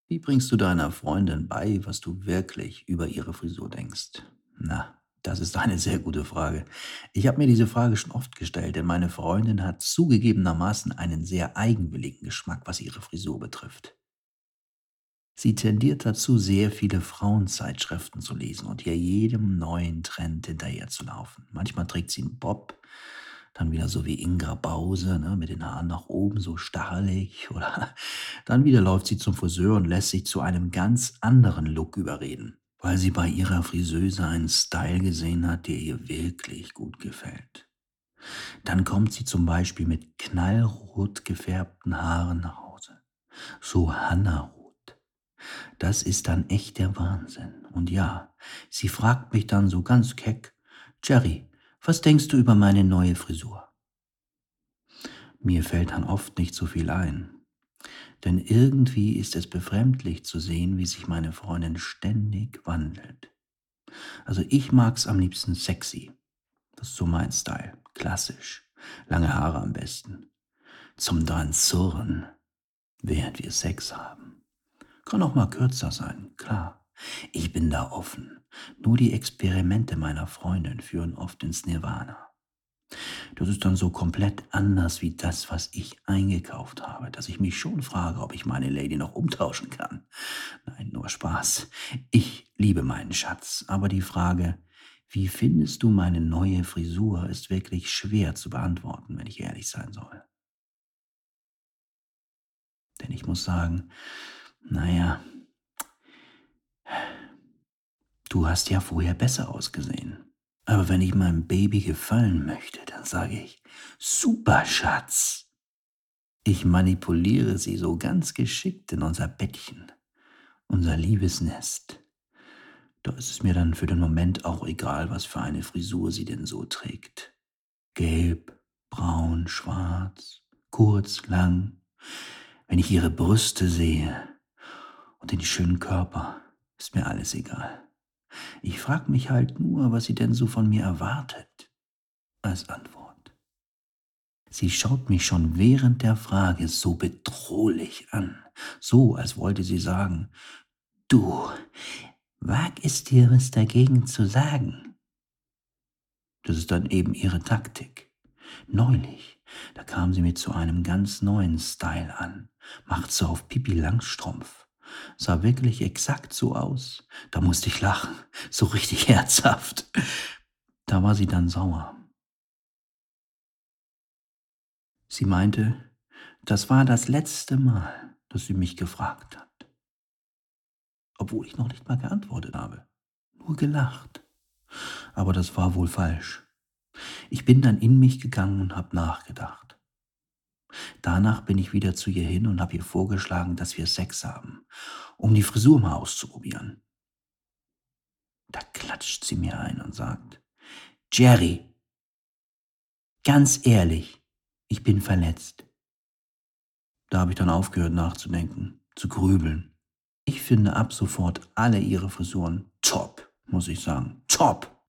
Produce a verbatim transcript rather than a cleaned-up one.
Wie bringst du deiner Freundin bei, was du wirklich über ihre Frisur denkst? Na, das ist eine sehr gute Frage. Ich habe mir diese Frage schon oft gestellt, denn meine Freundin hat zugegebenermaßen einen sehr eigenwilligen Geschmack, was ihre Frisur betrifft. Sie tendiert dazu, sehr viele Frauenzeitschriften zu lesen und hier jedem neuen Trend hinterherzulaufen. Manchmal trägt sie einen Bob, dann wieder so wie Inga Bause, ne, mit den Haaren nach oben, so stachelig. Oder dann wieder läuft sie zum Friseur und lässt sich zu einem ganz anderen Look überreden, weil sie bei ihrer Friseuse einen Style gesehen hat, der ihr wirklich gut gefällt. Dann kommt sie zum Beispiel mit knallrot gefärbten Haaren nach Hause. So Hannarot. Das ist dann echt der Wahnsinn. Und ja, sie fragt mich dann so ganz keck: „Jerry, was denkst du über meine neue Frisur?“ Mir fällt dann oft nicht so viel ein, denn irgendwie ist es befremdlich zu sehen, wie sich meine Freundin ständig wandelt. Also ich mag's am liebsten sexy. Das ist so mein Style. Klassisch. Lange Haare am besten. Zum dran surren, während wir Sex haben. Kann auch mal kürzer sein, klar. Ich bin da offen. Nur die Experimente meiner Freundin führen oft ins Nirvana. Das ist dann so komplett anders wie das, was ich eingekauft habe, dass ich mich schon frage, ob ich meine Lady noch umtauschen kann. Nein, nur Spaß. Ich liebe meinen Schatz, aber die Frage, wie findest du meine neue Frisur, ist wirklich schwer zu beantworten, wenn ich ehrlich sein soll. Denn ich muss sagen, naja, du hast ja vorher besser ausgesehen. Aber wenn ich meinem Baby gefallen möchte, dann sage ich, super Schatz. Ich manipuliere sie so ganz geschickt in unser Bettchen, unser Liebesnest. Da ist es mir dann für den Moment auch egal, was für eine Frisur sie denn so trägt. Gelb, braun, schwarz, kurz, lang. Wenn ich ihre Brüste sehe und den schönen Körper, ist mir alles egal. Ich frage mich halt nur, was sie denn so von mir erwartet als Antwort. Sie schaut mich schon während der Frage so bedrohlich an, so als wollte sie sagen, du, wag es dir was dagegen zu sagen. Das ist dann eben ihre Taktik. Neulich, da kam sie mir zu einem ganz neuen Style an, macht so auf Pipi Langstrumpf. Sah wirklich exakt so aus. Da musste ich lachen, so richtig herzhaft. Da war sie dann sauer. Sie meinte, das war das letzte Mal, dass sie mich gefragt hat, obwohl ich noch nicht mal geantwortet habe, nur gelacht. Aber das war wohl falsch. Ich bin dann in mich gegangen und habe nachgedacht. Danach bin ich wieder zu ihr hin und habe ihr vorgeschlagen, dass wir Sex haben, um die Frisur mal auszuprobieren. Da klatscht sie mir ein und sagt, Jerry, ganz ehrlich, ich bin verletzt. Da habe ich dann aufgehört nachzudenken, zu grübeln. Ich finde ab sofort alle ihre Frisuren top, muss ich sagen. Top!